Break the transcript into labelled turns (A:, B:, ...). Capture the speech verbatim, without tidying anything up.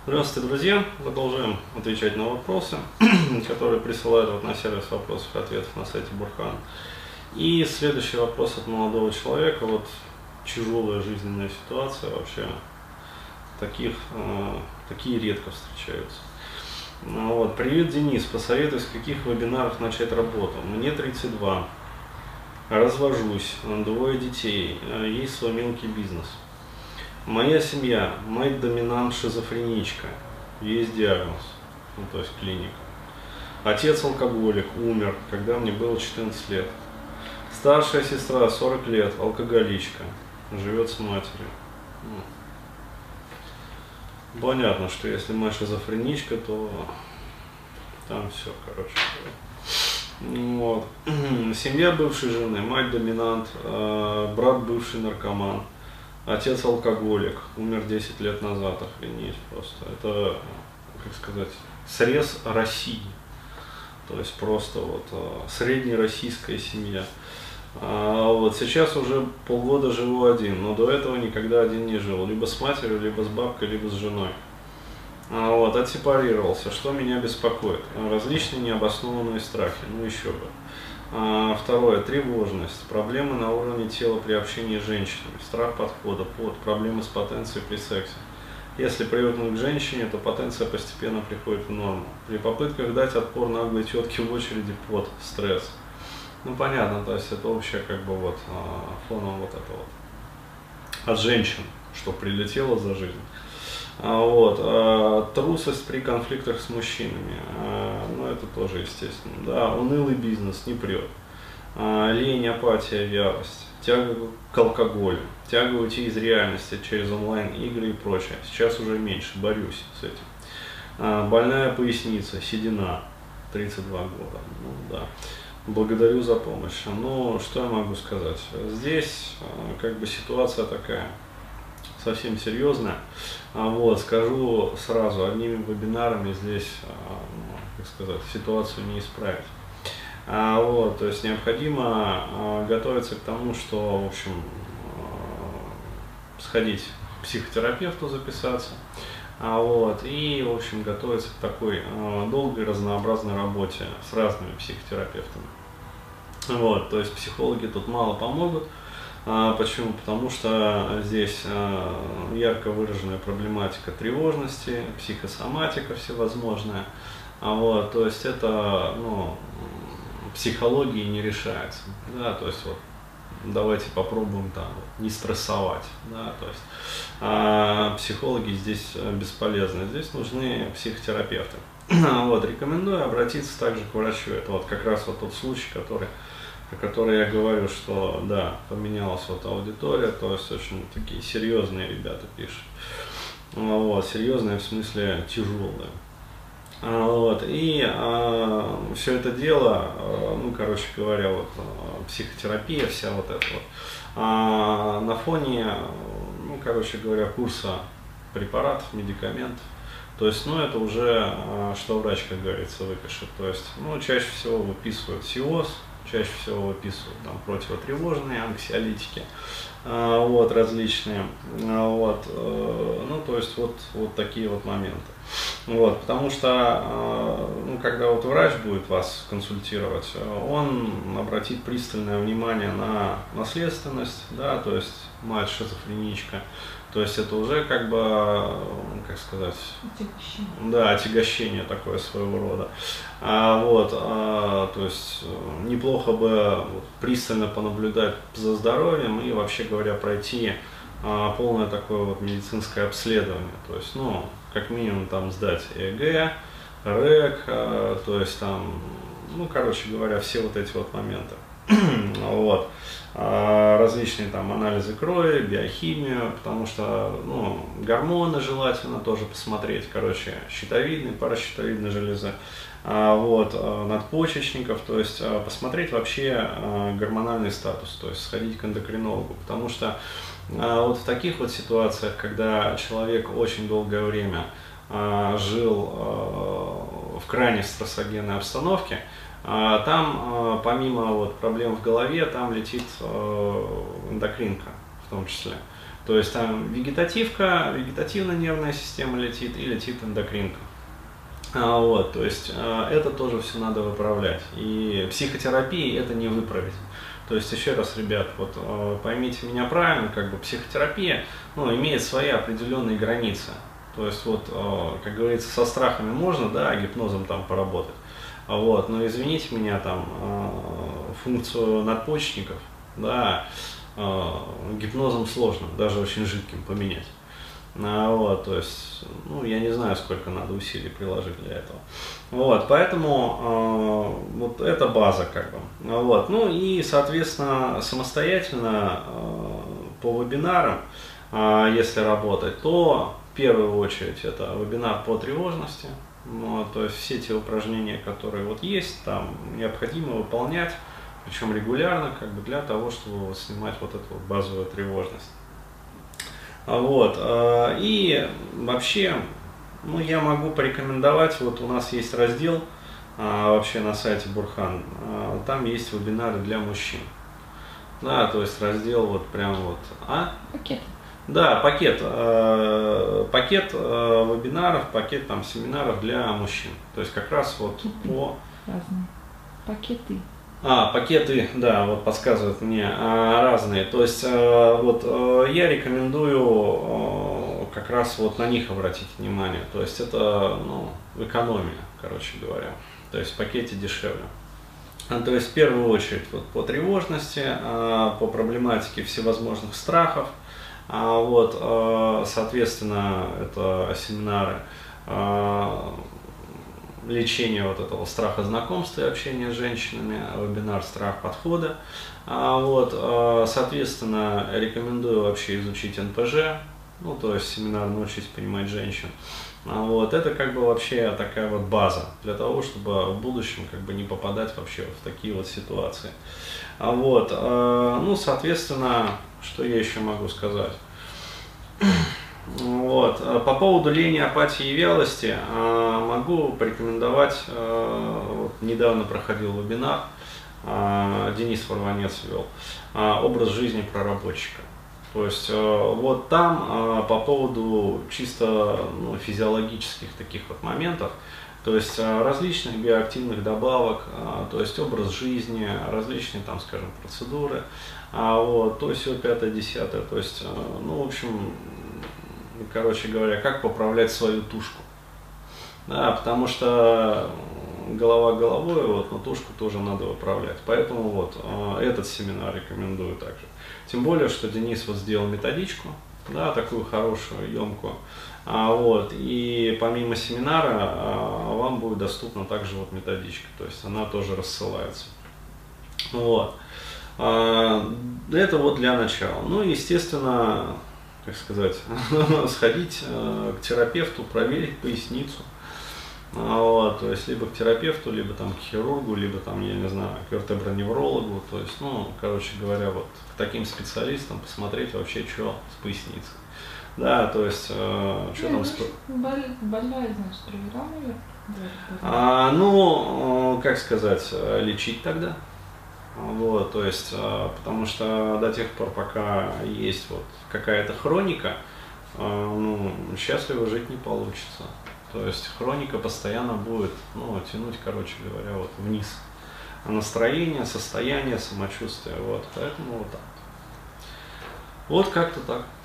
A: Здравствуйте, друзья! Продолжаем отвечать на вопросы, которые присылают вот на сервис вопросов и ответов на сайте Бурхан. И следующий вопрос от молодого человека. Вот тяжелая жизненная ситуация, вообще таких, э, такие редко встречаются. Вот. Привет, Денис, посоветуй, с каких вебинаров начать работу. Мне тридцать два, развожусь, двое детей, есть свой мелкий бизнес. Моя семья, мать-доминант, шизофреничка, есть диагноз, ну, то есть клиника. Отец алкоголик, умер, когда мне было четырнадцать лет. Старшая сестра, сорок лет, алкоголичка, живет с матерью. Ну, понятно, что если мать шизофреничка, то там все, короче. Вот. Семья бывшей жены, мать-доминант, брат бывший наркоман. Отец алкоголик, умер десять лет назад, охренеть просто. Это, как сказать, срез России. То есть просто вот среднероссийская семья. А вот сейчас уже полгода живу один, но до этого никогда один не жил. Либо с матерью, либо с бабкой, либо с женой. А вот, отсепарировался. Что меня беспокоит? Различные необоснованные страхи, ну еще бы. А, второе, тревожность, проблемы на уровне тела при общении с женщинами, страх подхода, пот, проблемы с потенцией при сексе. Если привыкнуть к женщине, то потенция постепенно приходит в норму. При попытках дать отпор наглой тетке в очереди, пот, стресс. Ну понятно, то есть это общее как бы вот фоном вот это вот от женщин, что прилетело за жизнь. А, вот, а, трусость при конфликтах с мужчинами, а, ну это тоже естественно, да, унылый бизнес, не прет, а, лень, апатия, вялость, тяга к алкоголю, тяга уйти из реальности через онлайн-игры и прочее, сейчас уже меньше, борюсь с этим, а, больная поясница, седина, тридцать два года, ну да, благодарю за помощь. Ну, что я могу сказать, здесь а, как бы ситуация такая, совсем серьезно. Вот, скажу сразу, одними вебинарами здесь, как сказать, ситуацию не исправить. Вот, то есть необходимо готовиться к тому, что, в общем, сходить к психотерапевту, записаться, вот, и, в общем, готовиться к такой долгой, разнообразной работе с разными психотерапевтами. Вот, то есть психологи тут мало помогут. А, почему? Потому что здесь а, ярко выраженная проблематика тревожности, психосоматика всевозможная. А вот, то есть это, ну, психологии не решается. Да, то есть вот давайте попробуем там вот, не стрессовать. Да, то есть а, психологи здесь бесполезны. Здесь нужны психотерапевты. Вот, рекомендую обратиться также к врачу. Это вот как раз вот тот случай, который о которой я говорю, что да, поменялась вот аудитория, то есть очень такие серьезные ребята пишут. Вот, серьезные в смысле тяжелые. Вот, и а, все это дело, ну, короче говоря, вот психотерапия, вся вот эта вот, а, на фоне, ну, короче говоря, курса препаратов, медикаментов. То есть, ну, это уже, что врач, как говорится, выпишет. То есть, ну, чаще всего выписывают СИОС, чаще всего выписывают там противотревожные, анксиолитики, а, вот, различные, а, вот, э, ну, то есть, вот, вот такие вот моменты. Вот, потому что, э, ну, когда вот врач будет вас консультировать, он обратит пристальное внимание на наследственность, да, то есть, мать шизофреничка. То есть это уже как бы, как сказать, отягощение. Да, отягощение такое своего рода. А, вот, а, то есть неплохо бы вот, пристально понаблюдать за здоровьем и, вообще говоря, пройти а, полное такое вот медицинское обследование. То есть, ну, как минимум там сдать ЭЭГ, РЭК, а, то есть там, ну, короче говоря, все вот эти вот моменты. Вот. Различные там анализы крови, биохимию, потому что, ну, гормоны желательно тоже посмотреть, короче, щитовидные, паращитовидные железы, вот, надпочечников, то есть посмотреть вообще гормональный статус, то есть сходить к эндокринологу, потому что вот в таких вот ситуациях, когда человек очень долгое время жил в крайне стрессогенной обстановке, там, помимо вот проблем в голове, там летит эндокринка в том числе. То есть там вегетативка, вегетативная нервная система летит и летит эндокринка. А, вот, то есть а, это тоже все надо выправлять. И психотерапии это не выправить. То есть еще раз, ребят, вот а, поймите меня правильно, как бы психотерапия, ну, имеет свои определенные границы. То есть вот, а, как говорится, со страхами можно, да, гипнозом там поработать. А, вот, но извините меня, там а, функцию надпочечников, да, а, гипнозом сложно, даже очень жидким поменять. А, вот, то есть, ну, я не знаю, сколько надо усилий приложить для этого. Вот, поэтому э, вот это база, как бы. Вот, ну и, соответственно, самостоятельно э, по вебинарам, э, если работать, то в первую очередь это вебинар по тревожности. Вот, то есть все те упражнения, которые вот есть, там необходимо выполнять, причем регулярно, как бы для того, чтобы вот снимать вот эту вот базовую тревожность. Вот, и вообще, ну, я могу порекомендовать, вот у нас есть раздел вообще на сайте Бурхан, там есть вебинары для мужчин. Да, то есть раздел вот прям вот, а?
B: Пакет.
A: Да, пакет, пакет вебинаров, пакет там семинаров для мужчин. То есть как раз вот по...
B: Разные пакеты.
A: А, пакеты, да, вот подсказывают мне а, разные. То есть а, вот а, я рекомендую а, как раз вот на них обратить внимание. То есть это, ну, экономия, короче говоря. То есть в пакете дешевле. А, то есть в первую очередь вот по тревожности, а, по проблематике всевозможных страхов. А, вот, а, соответственно, это семинары. А, лечение вот этого страха знакомства и общения с женщинами, вебинар «Страх подхода». А, вот, а, соответственно, рекомендую вообще изучить эн пэ жэ, ну, то есть семинар «Научись понимать женщин». А, вот, это как бы вообще такая вот база для того, чтобы в будущем как бы не попадать вообще в такие вот ситуации. А, вот, а, ну, соответственно, что я еще могу сказать? Вот. По поводу лени, апатии и вялости могу порекомендовать, вот, недавно проходил вебинар, Денис Варванец вел, образ жизни проработчика. То есть вот там по поводу чисто, ну, физиологических таких вот моментов, то есть различных биоактивных добавок, то есть образ жизни, различные там, скажем, процедуры, вот, то есть все пятое-десятое, то есть, ну, в общем, короче говоря, как поправлять свою тушку. Да, потому что голова головой, вот, но тушку тоже надо выправлять. Поэтому вот этот семинар рекомендую также. Тем более, что Денис вот сделал методичку, да, такую хорошую, емкую. А, вот, и помимо семинара а, вам будет доступна также вот методичка, то есть она тоже рассылается. Вот. А, это вот для начала. Ну, естественно, как сказать, сходить э, к терапевту, проверить поясницу. А, вот, то есть либо к терапевту, либо там к хирургу, либо там, я не знаю, к вертеброневрологу. То есть, ну, короче говоря, вот к таким специалистам посмотреть вообще, что с поясницей. Да, то есть, э, что там с...
B: Больная, значит, проверял, наверное?
A: А, ну, как сказать, лечить тогда. Вот, то есть, потому что до тех пор, пока есть вот какая-то хроника, ну, счастливо жить не получится. То есть хроника постоянно будет, ну, тянуть, короче говоря, вот вниз. А настроение, состояние, самочувствие, вот, поэтому вот так. Вот как-то так.